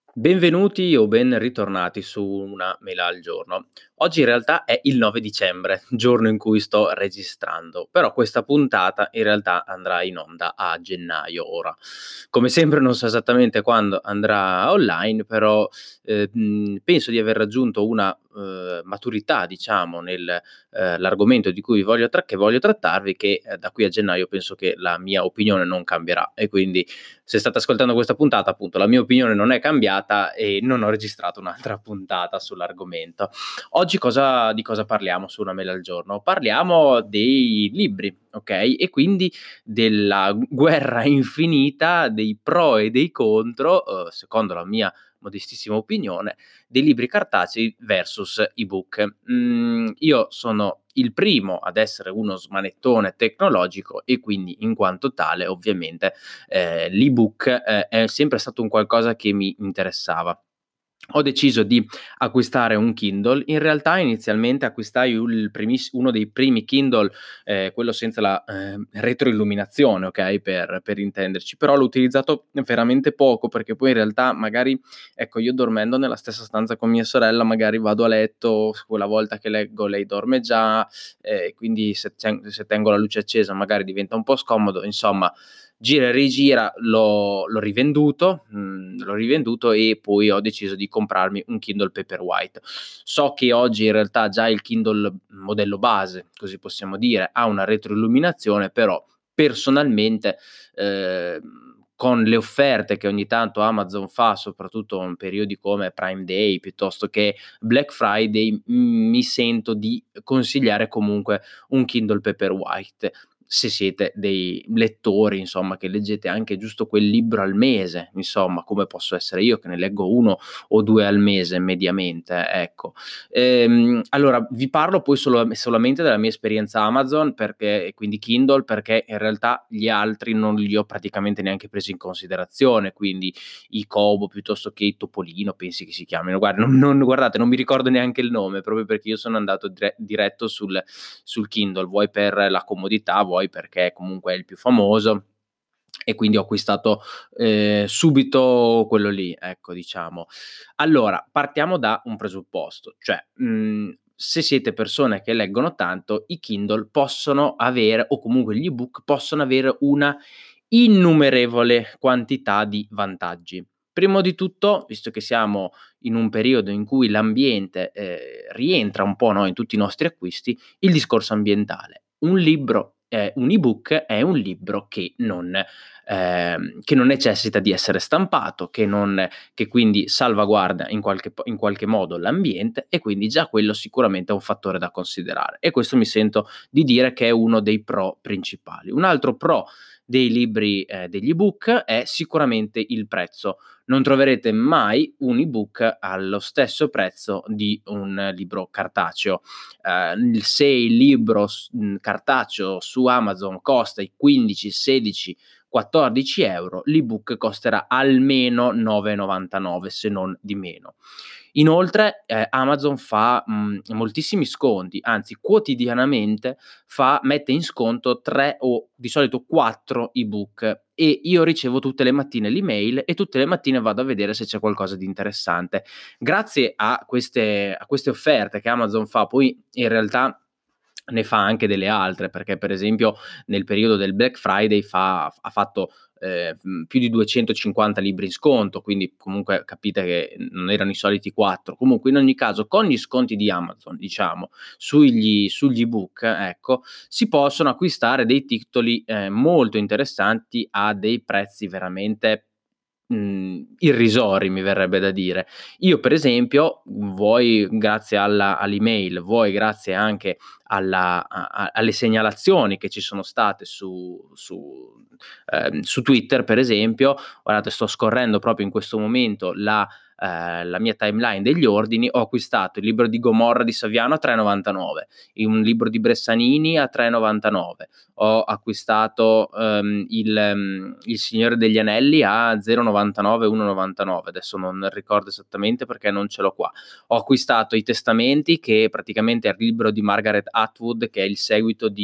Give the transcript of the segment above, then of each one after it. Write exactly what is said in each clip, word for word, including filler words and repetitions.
Benvenuti o ben ritornati su Una mela al giorno. Oggi in realtà è il nove dicembre, giorno in cui sto registrando, però questa puntata in realtà andrà in onda a gennaio ora. Come sempre non so esattamente quando andrà online, però eh, mh, penso di aver raggiunto una eh, maturità, diciamo, nel eh, l'argomento di cui voglio tra- che voglio trattarvi, che eh, da qui a gennaio penso che la mia opinione non cambierà e quindi se state ascoltando questa puntata, appunto, la mia opinione non è cambiata e non ho registrato un'altra puntata sull'argomento. Oggi cosa, di cosa parliamo su Una mela al giorno? Parliamo dei libri, ok? E quindi della guerra infinita dei pro e dei contro, eh, secondo la mia modestissima opinione, dei libri cartacei versus ebook. Mm, io sono il primo ad essere uno smanettone tecnologico e quindi in quanto tale ovviamente eh, l'ebook eh, è sempre stato un qualcosa che mi interessava. Ho deciso di acquistare un Kindle. In realtà inizialmente acquistai il primis uno dei primi Kindle, ehm, quello senza la, ehm, retroilluminazione, okay, per per intenderci, però l'ho utilizzato veramente poco, perché poi in realtà magari, ecco, io dormendo nella stessa stanza con mia sorella, magari vado a letto, s quella volta che leggo lei dorme già, ehm, quindi se cen se tengo la luce accesa magari diventa un po' scomodo, insomma gira e rigira l'ho l'ho rivenduto, mhmm, l'ho rivenduto e poi ho deciso di comprarmi un Kindle Paperwhite. So che oggi in realtà già il Kindle modello base, così possiamo dire, ha una retroilluminazione, però personalmente, ehm, con le offerte che ogni tanto Amazon fa, soprattutto in periodi come Prime Day piuttosto che Black Friday, mhmm, mi sento di consigliare comunque un Kindle Paperwhite se siete dei lettori, insomma, che leggete anche giusto quel libro al mese, insomma, come posso essere io che ne leggo uno o due al mese mediamente, ecco. Ehm, allora vi parlo poi solo solamente della mia esperienza Amazon perché e quindi Kindle, perché in realtà gli altri non li ho praticamente neanche presi in considerazione, quindi i Kobo piuttosto che i Topolino pensi che si chiamino. Guarda, non non guardate, non mi ricordo neanche il nome, proprio perché io sono andato dire diretto sul sul Kindle, vuoi per la comodità, vuoi perché comunque è il più famoso e quindi ho acquistato eh, subito quello lì, ecco, diciamo. Allora, partiamo da un presupposto, cioè mh, se siete persone che leggono tanto, i Kindle possono avere, o comunque gli ebook possono avere una innumerevole quantità di vantaggi. Primo di tutto, visto che siamo in un periodo in cui l'ambiente eh, rientra un po', no, in tutti i nostri acquisti, il discorso ambientale. Un libro, eh, un ebook è un libro che non, ehm, che non necessita di essere stampato, che, non, che quindi salvaguarda in qualche, po- in qualche modo l'ambiente e quindi già quello sicuramente è un fattore da considerare. E questo mi sento di dire che è uno dei pro principali. Un altro pro dei libri, eh, degli ebook è sicuramente il prezzo. Non troverete mai un ebook allo stesso prezzo di un libro cartaceo. Eh, se il libro s- mh, cartaceo su Amazon costa i quindici, sedici, quattordici euro, l'ebook costerà almeno nove e novantanove, se non di meno. Inoltre, eh, Amazon fa mh, moltissimi sconti, anzi quotidianamente fa, mette in sconto tre o di solito quattro ebook e io ricevo tutte le mattine l'email e tutte le mattine vado a vedere se c'è qualcosa di interessante. Grazie a queste, a queste offerte che Amazon fa, poi in realtà ne fa anche delle altre, perché per esempio nel periodo del Black Friday fa, ha fatto eh, più di duecentocinquanta libri in sconto, quindi comunque capite che non erano i soliti quattro. Comunque in ogni caso con gli sconti di Amazon, diciamo, sugli, sugli ebook, ecco, si possono acquistare dei titoli eh, molto interessanti a dei prezzi veramente mhmm, irrisori mi verrebbe da dire. Io per esempio, vuoi grazie alla all'email, vuoi grazie anche alla a a alle segnalazioni che ci sono state su su ehm, su Twitter per esempio, guardate sto scorrendo proprio in questo momento la ehm, la mia timeline degli ordini, ho acquistato il libro di Gomorra di Saviano a tre e novantanove, e un libro di Bressanini a tre e novantanove, ho acquistato ehm, il, mhmm, il Signore degli Anelli a zero virgola novantanove, uno virgola novantanove, adesso non ricordo esattamente perché non ce l'ho qua. Ho acquistato I Testamenti, che praticamente è il libro di Margaret Atwood, che è il seguito di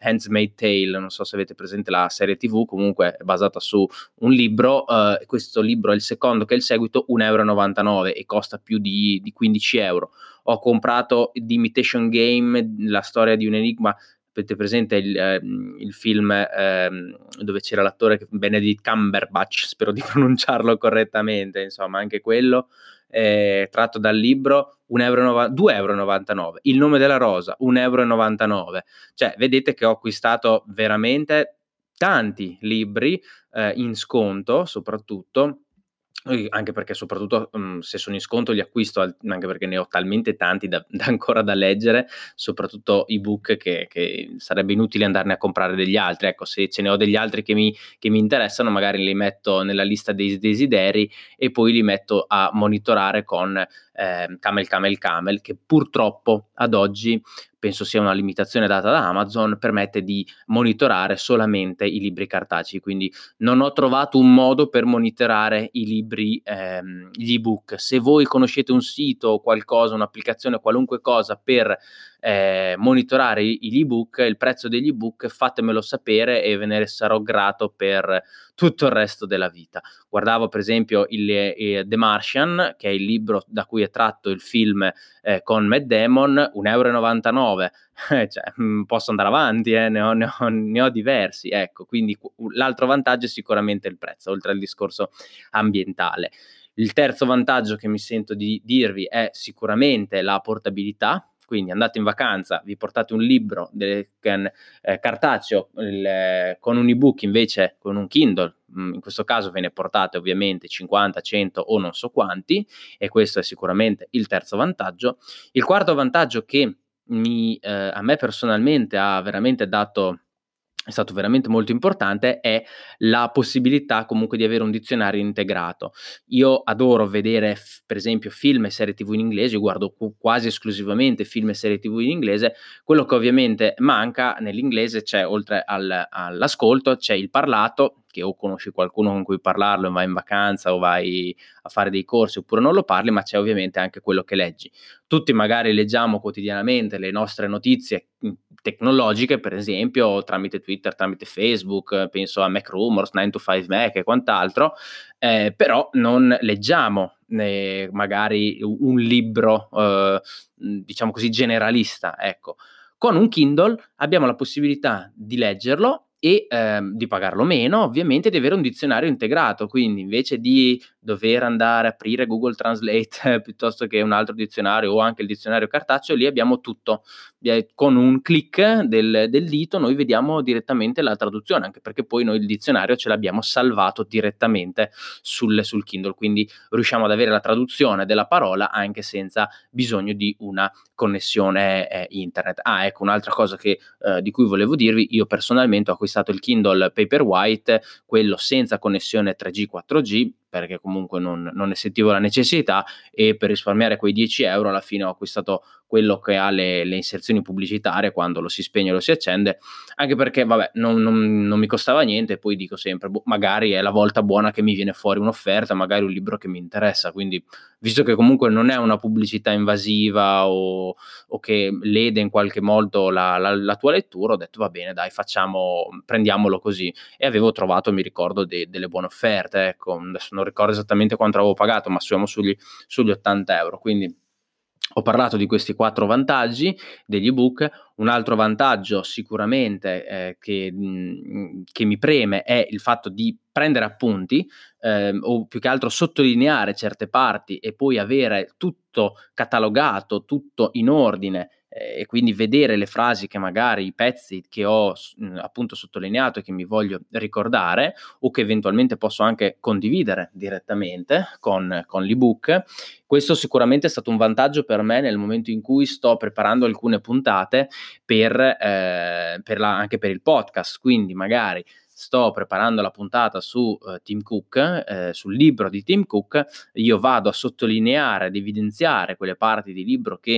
Handmaid's Tale, non so se avete presente la serie tivù, comunque è basata su un libro, uh, questo libro è il secondo che è il seguito, un euro e novantanove e costa più di, di quindici euro. Ho comprato The Imitation Game, la storia di un enigma. Avete presente il, eh, il film eh, dove c'era l'attore Benedict Cumberbatch, spero di pronunciarlo correttamente, insomma anche quello, eh, tratto dal libro, due euro e novantanove. Il nome della rosa, un euro e novantanove. Cioè vedete che ho acquistato veramente tanti libri eh, in sconto soprattutto, anche perché soprattutto mh, se sono in sconto li acquisto, al- anche perché ne ho talmente tanti da, da ancora da leggere, soprattutto ebook, che, che sarebbe inutile andarne a comprare degli altri. Ecco, se ce ne ho degli altri che mi, che mi interessano, magari li metto nella lista dei desideri e poi li metto a monitorare con eh, Camel Camel Camel, che purtroppo ad oggi, penso sia una limitazione data da Amazon, permette di monitorare solamente i libri cartacei, quindi non ho trovato un modo per monitorare i libri, ehm, gli ebook. Se voi conoscete un sito o qualcosa, un'applicazione, qualunque cosa per eh, monitorare gli ebook, il prezzo degli ebook, fatemelo sapere e ve ne sarò grato per tutto il resto della vita. Guardavo per esempio il, eh, The Martian, che è il libro da cui è tratto il film eh, con Matt Damon, un euro e novantanove. Eh, cioè, mh, posso andare avanti, eh, ne, ho, ne, ho, ne ho diversi, ecco, quindi l'altro vantaggio è sicuramente il prezzo, oltre al discorso ambientale. Il terzo vantaggio che mi sento di dirvi è sicuramente la portabilità, quindi andate in vacanza, vi portate un libro del, eh, cartaceo il, con un ebook, invece con un Kindle, mh, in questo caso ve ne portate ovviamente cinquanta, cento o non so quanti, e questo è sicuramente il terzo vantaggio. Il quarto vantaggio che mi, eh, a me personalmente ha veramente dato, è stato veramente molto importante, è la possibilità comunque di avere un dizionario integrato. Io adoro vedere f- per esempio film e serie tv in inglese, io guardo qu- quasi esclusivamente film e serie tv in inglese. Quello che ovviamente manca nell'inglese c'è, oltre al- all'ascolto, c'è il parlato, che o conosci qualcuno con cui parlarlo e vai in vacanza o vai a fare dei corsi oppure non lo parli, ma c'è ovviamente anche quello che leggi. Tutti magari leggiamo quotidianamente le nostre notizie mh, tecnologiche, per esempio tramite Twitter, tramite Facebook, penso a Mac Rumors, nine to five Mac e quant'altro, eh, però non leggiamo eh, magari un libro, eh, diciamo così, generalista, ecco. Con un Kindle abbiamo la possibilità di leggerlo e ehm, di pagarlo meno, ovviamente, di avere un dizionario integrato, quindi invece di dover andare a aprire Google Translate piuttosto che un altro dizionario o anche il dizionario cartaceo, lì abbiamo tutto. Con un click del, del dito noi vediamo direttamente la traduzione, anche perché poi noi il dizionario ce l'abbiamo salvato direttamente sul, sul Kindle, quindi riusciamo ad avere la traduzione della parola anche senza bisogno di una connessione eh, internet. Ah, ecco, un'altra cosa che, eh, di cui volevo dirvi: io personalmente ho acquistato il Kindle Paperwhite, quello senza connessione tre G quattro G, perché comunque non, non ne sentivo la necessità, e per risparmiare quei dieci euro alla fine ho acquistato quello che ha le, le inserzioni pubblicitarie quando lo si spegne o lo si accende, anche perché vabbè non, non, non mi costava niente, e poi dico sempre boh, magari è la volta buona che mi viene fuori un'offerta, magari un libro che mi interessa, quindi visto che comunque non è una pubblicità invasiva o, o che lede in qualche modo la, la, la tua lettura, ho detto va bene dai, facciamo, prendiamolo così, e avevo trovato, mi ricordo, de, delle buone offerte, ecco, adesso non ricordo esattamente quanto avevo pagato, ma siamo sugli, sugli ottanta euro, quindi ho parlato di questi quattro vantaggi degli ebook. Un altro vantaggio sicuramente eh, che, mh, che mi preme è il fatto di prendere appunti, ehm, o più che altro sottolineare certe parti e poi avere tutto catalogato, tutto in ordine, eh, e quindi vedere le frasi che magari, i pezzi che ho mh, appunto sottolineato e che mi voglio ricordare, o che eventualmente posso anche condividere direttamente con, con l'ebook. Questo sicuramente è stato un vantaggio per me nel momento in cui sto preparando alcune puntate per, eh, per la, anche per il podcast, quindi magari sto preparando la puntata su uh, Tim Cook, eh, sul libro di Tim Cook, io vado a sottolineare, ad evidenziare quelle parti di libro che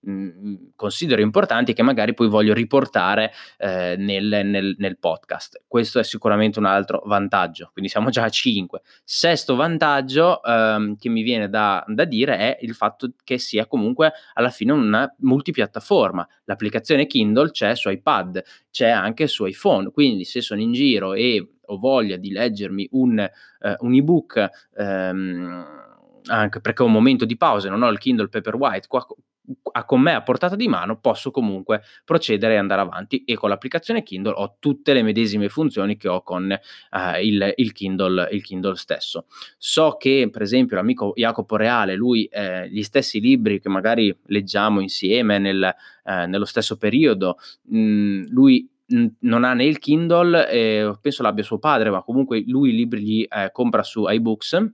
mhmm, considero importanti e che magari poi voglio riportare, ehm, nel nel nel podcast. Questo è sicuramente un altro vantaggio, quindi siamo già a cinque. Sesto vantaggio, ehm, che mi viene da da dire è il fatto che sia comunque alla fine una multipiattaforma. L'applicazione Kindle c'è su iPad, c'è anche su iPhone, quindi se sono in giro e ho voglia di leggermi un ehm, un ebook, ehm, anche perché ho un momento di pausa e non ho il Kindle Paperwhite qua co a con me a portata di mano, posso comunque procedere e andare avanti e con l'applicazione Kindle ho tutte le medesime funzioni che ho con, ehm, il il Kindle il Kindle stesso. So che per esempio l'amico Jacopo Reale, lui, ehm, gli stessi libri che magari leggiamo insieme nel ehm, nello stesso periodo, mhmm, lui, mhmm, non ha né il Kindle, ehm, penso l'abbia suo padre, ma comunque lui i libri li, ehm, compra su iBooks.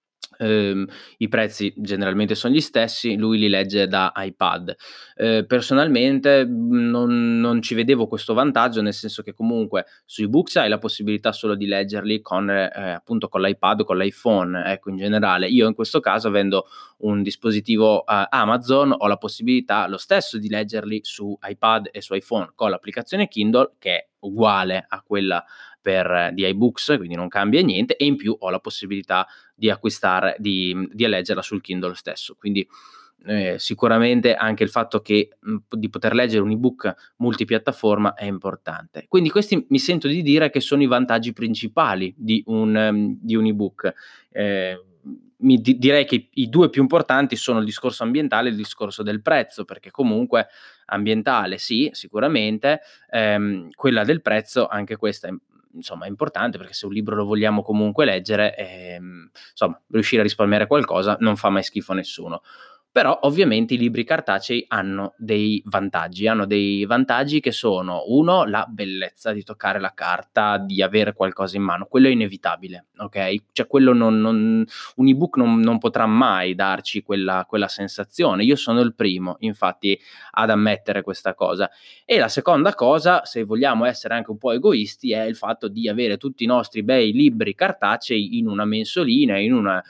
Ehm, I prezzi generalmente son gli stessi, lui li legge da iPad. Ehm, personalmente, mhmm, non non ci vedevo questo vantaggio, nel senso che comunque su iBooks hai la possibilità solo di leggerli con ehm, appunto con l'iPad o con l'iPhone, ecco, in generale. Io in questo caso, avendo un dispositivo, uhm, Amazon, ho la possibilità lo stesso di leggerli su iPad e su iPhone con l'applicazione Kindle, che è uguale a quella per di iBooks, quindi non cambia niente, e in più ho la possibilità di acquistare di mhmm, di leggerla sul Kindle stesso. Quindi, ehm, sicuramente anche il fatto che, mhmm, di poter leggere un ebook multipiattaforma è importante. Quindi questi mi sento di dire che sono i vantaggi principali di un mhmm, di un ebook. Ehm, mi di direi che i due più importanti sono il discorso ambientale e il discorso del prezzo, perché comunque ambientale sì, sicuramente, ehm, quella del prezzo anche questa è, insomma, è importante, perché se un libro lo vogliamo comunque leggere, ehm, insomma, riuscire a risparmiare qualcosa non fa mai schifo a nessuno. Però ovviamente i libri cartacei hanno dei vantaggi, hanno dei vantaggi che sono: uno, la bellezza di toccare la carta, di avere qualcosa in mano, quello è inevitabile, okay, cioè quello non non un ebook non non potrà mai darci quella quella sensazione. Io sono il primo, infatti, ad ammettere questa cosa. E la seconda cosa, se vogliamo essere anche un po' egoisti, è il fatto di avere tutti i nostri bei libri cartacei in una mensolina, in una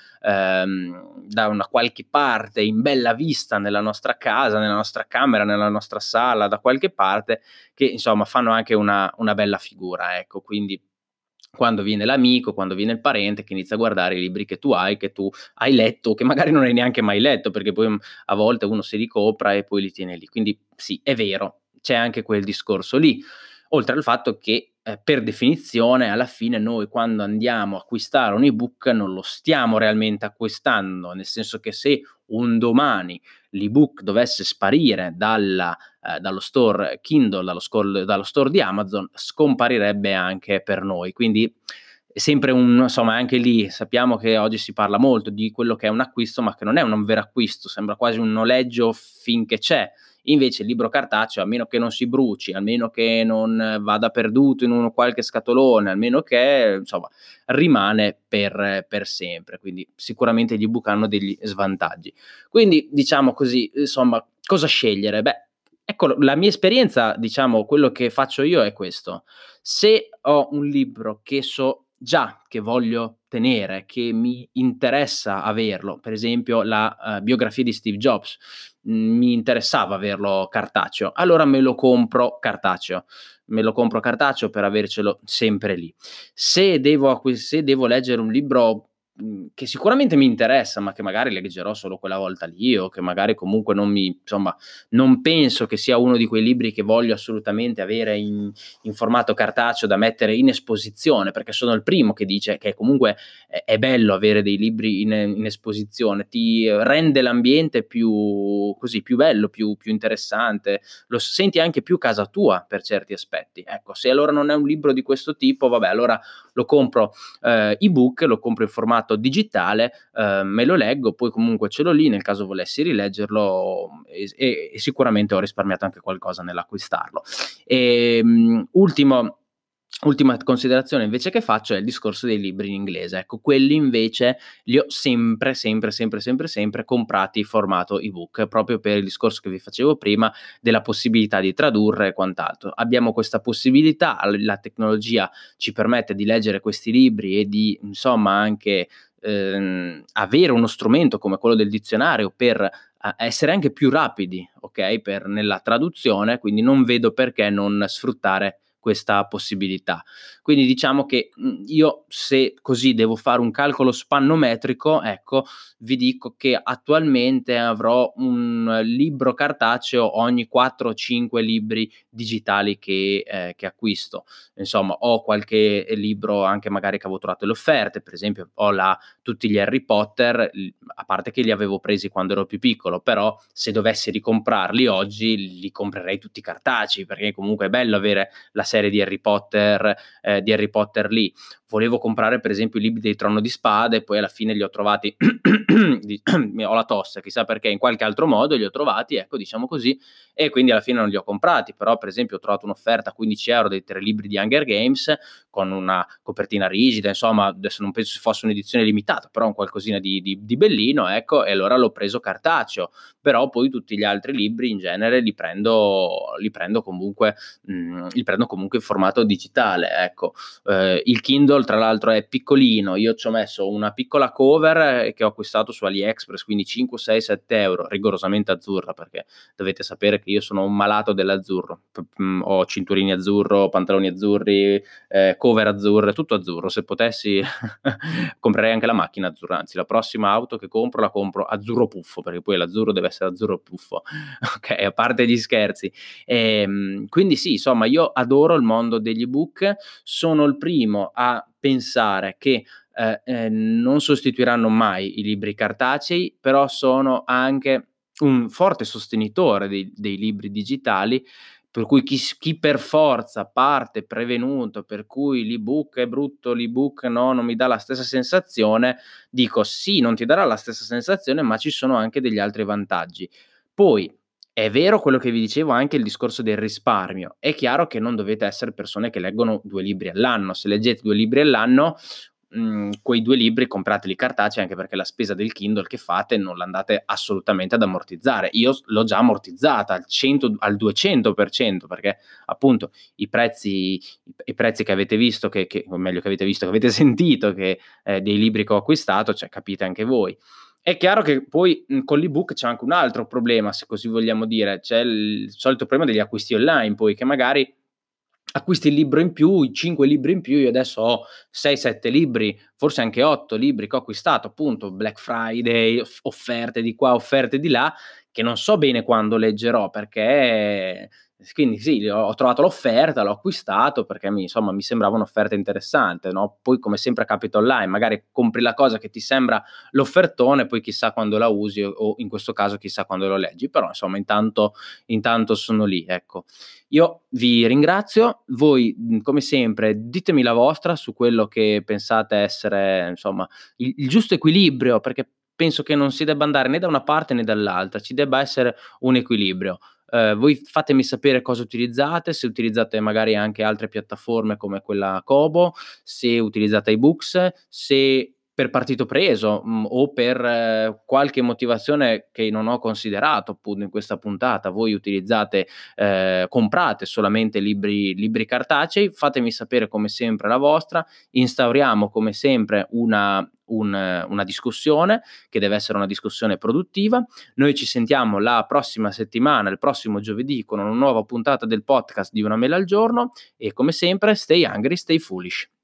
ehm, da una qualche parte, in bella vista nella nostra casa, nella nostra camera, nella nostra sala, da qualche parte, che insomma fanno anche una una bella figura, ecco. Quindi quando viene l'amico, quando viene il parente che inizia a guardare i libri che tu hai, che tu hai letto, che magari non hai neanche mai letto, perché poi, mhmm, a volte uno se li compra e poi li tiene lì. Quindi sì, è vero, c'è anche quel discorso lì. Oltre al fatto che, ehm, per definizione, alla fine noi quando andiamo a acquistare un ebook non lo stiamo realmente acquistando, nel senso che se un domani l'ebook dovesse sparire dalla ehm, dallo store Kindle, dallo scol dallo store di Amazon, scomparirebbe anche per noi. Quindi è sempre un, insomma, anche lì sappiamo che oggi si parla molto di quello che è un acquisto, ma che non è un vero acquisto, sembra quasi un noleggio finché c'è. Invece il libro cartaceo, a meno che non si bruci, a meno che non vada perduto in un qualche scatolone, almeno che, insomma, rimane per per sempre. Quindi sicuramente gli ebook hanno degli svantaggi. Quindi diciamo così, insomma, cosa scegliere? Beh, ecco, la mia esperienza, diciamo, quello che faccio io è questo: se ho un libro che so già che voglio tenere, che mi interessa averlo, per esempio la, uhm, biografia di Steve Jobs, mhmm, mi interessava averlo cartaceo, allora me lo compro cartaceo. Me lo compro cartaceo per avercelo sempre lì. Se devo acqui se devo leggere un libro, mhmm, che sicuramente mi interessa, ma che magari leggerò solo quella volta lì, o che magari comunque non mi, insomma, non penso che sia uno di quei libri che voglio assolutamente avere in in formato cartaceo da mettere in esposizione, perché sono il primo che dice che comunque è è bello avere dei libri in in esposizione, ti rende l'ambiente più così, più bello, più più interessante, lo senti anche più casa tua per certi aspetti. Ecco, se allora non è un libro di questo tipo, vabbè, allora lo compro ehm, ebook, lo compro in formato digitale, ehm, me lo leggo, poi comunque ce l'ho lì nel caso volessi rileggerlo, e s e e sicuramente ho risparmiato anche qualcosa nell'acquistarlo. Ehm, ultimo ultima considerazione invece che faccio è il discorso dei libri in inglese. Ecco, quelli invece li ho sempre, sempre, sempre, sempre, sempre comprati formato ebook, proprio per il discorso che vi facevo prima della possibilità di tradurre e quant'altro. Abbiamo questa possibilità, al la tecnologia ci permette di leggere questi libri e di, insomma, anche ehm, avere uno strumento come quello del dizionario per a essere anche più rapidi, okay, per nella traduzione, quindi non vedo perché non sfruttare questa possibilità. Quindi diciamo che, mhmm, io se così devo fare un calcolo spannometrico, ecco, vi dico che attualmente avrò un libro cartaceo ogni quattro o cinque libri digitali che ehm, che acquisto. Insomma, ho qualche libro anche magari che avevo trovato le offerte, per esempio ho la tutti gli Harry Potter, l a parte che li avevo presi quando ero più piccolo, però se dovessi ricomprarli oggi li comprerei tutti cartacei, perché comunque è bello avere la serie di Harry Potter ehm, di Harry Potter lì. Volevo comprare per esempio i libri del Trono di Spade e poi alla fine li ho trovati di ho la tosse, chissà perché, in qualche altro modo li ho trovati, ecco, diciamo così, e quindi alla fine non li ho comprati, però per esempio ho trovato un'offerta a quindici euro dei tre libri di Hunger Games con una copertina rigida, insomma, adesso non penso fosse un'edizione limitata, però un qualcosina di di di bellino, ecco, e allora l'ho preso cartaceo. Però poi tutti gli altri libri in genere li prendo li prendo comunque mhmm, li prendo comunque in formato digitale, ecco. Ehm, il Kindle tra l'altro è piccolino, io c'ho messo una piccola cover eh, che ho acquistato su AliExpress, quindi cinque, sei, sette euro €, rigorosamente azzurra, perché dovete sapere che io sono un malato dell'azzurro. P mhmm, Ho cinturini azzurro, pantaloni azzurri, ehm, cover azzurre, tutto azzurro. Se potessi comprerei anche la macchina azzurra, anzi la prossima auto che compro la compro azzurro puffo, perché poi l'azzurro deve essere azzurro puffo. Okay, a parte gli scherzi. Ehm, quindi sì, insomma io adoro il mondo degli ebook, sono il primo a pensare che, ehm, ehm, non sostituiranno mai i libri cartacei, però sono anche un forte sostenitore dei dei libri digitali, per cui chi s chi per forza parte prevenuto, per cui l'ebook è brutto, l'ebook no, non mi dà la stessa sensazione, dico: sì, non ti darà la stessa sensazione, ma ci sono anche degli altri vantaggi. Poi è vero quello che vi dicevo, anche il discorso del risparmio. È chiaro che non dovete essere persone che leggono due libri all'anno. Se leggete due libri all'anno, mhmm, quei due libri comprateli cartacei, anche perché la spesa del Kindle che fate non l'andate assolutamente ad ammortizzare. Io s l'ho già ammortizzata al cento al duecento per cento, perché appunto i prezzi i i prezzi che avete visto che che o meglio che avete visto, che avete sentito che ehm, dei libri che ho acquistato, cioè capite anche voi. È chiaro che poi, mhmm, con l'ebook c'è anche un altro problema, se così vogliamo dire, c'è il solito problema degli acquisti online poi, che magari acquisti il libro in più, i cinque libri in più, io adesso ho sei, sette libri, forse anche otto libri che ho acquistato appunto Black Friday, off offerte di qua, offerte di là, che non so bene quando leggerò perché s quindi sì, ho ho trovato l'offerta, l'ho acquistato perché mi insomma, mi sembrava un'offerta interessante, no, poi come sempre capita online, magari compri la cosa che ti sembra l'offertone, poi chissà quando la usi o o in questo caso chissà quando lo leggi, però insomma intanto intanto sono lì, ecco. Io vi ringrazio, voi, mhmm, come sempre ditemi la vostra su quello che pensate essere, insomma, il il giusto equilibrio, perché penso che non si debba andare né da una parte né dall'altra, ci debba essere un equilibrio. Ehm, voi fatemi sapere cosa utilizzate, se utilizzate magari anche altre piattaforme come quella Kobo, se utilizzate iBooks, se per partito preso, mhmm, o per eh, qualche motivazione che non ho considerato appunto in questa puntata, voi utilizzate ehm, comprate solamente libri libri cartacei, fatemi sapere come sempre la vostra, instauriamo come sempre una un una discussione, che deve essere una discussione produttiva. Noi ci sentiamo la prossima settimana, il prossimo giovedì, con una nuova puntata del podcast di Una mela al giorno e come sempre stay hungry, stay foolish.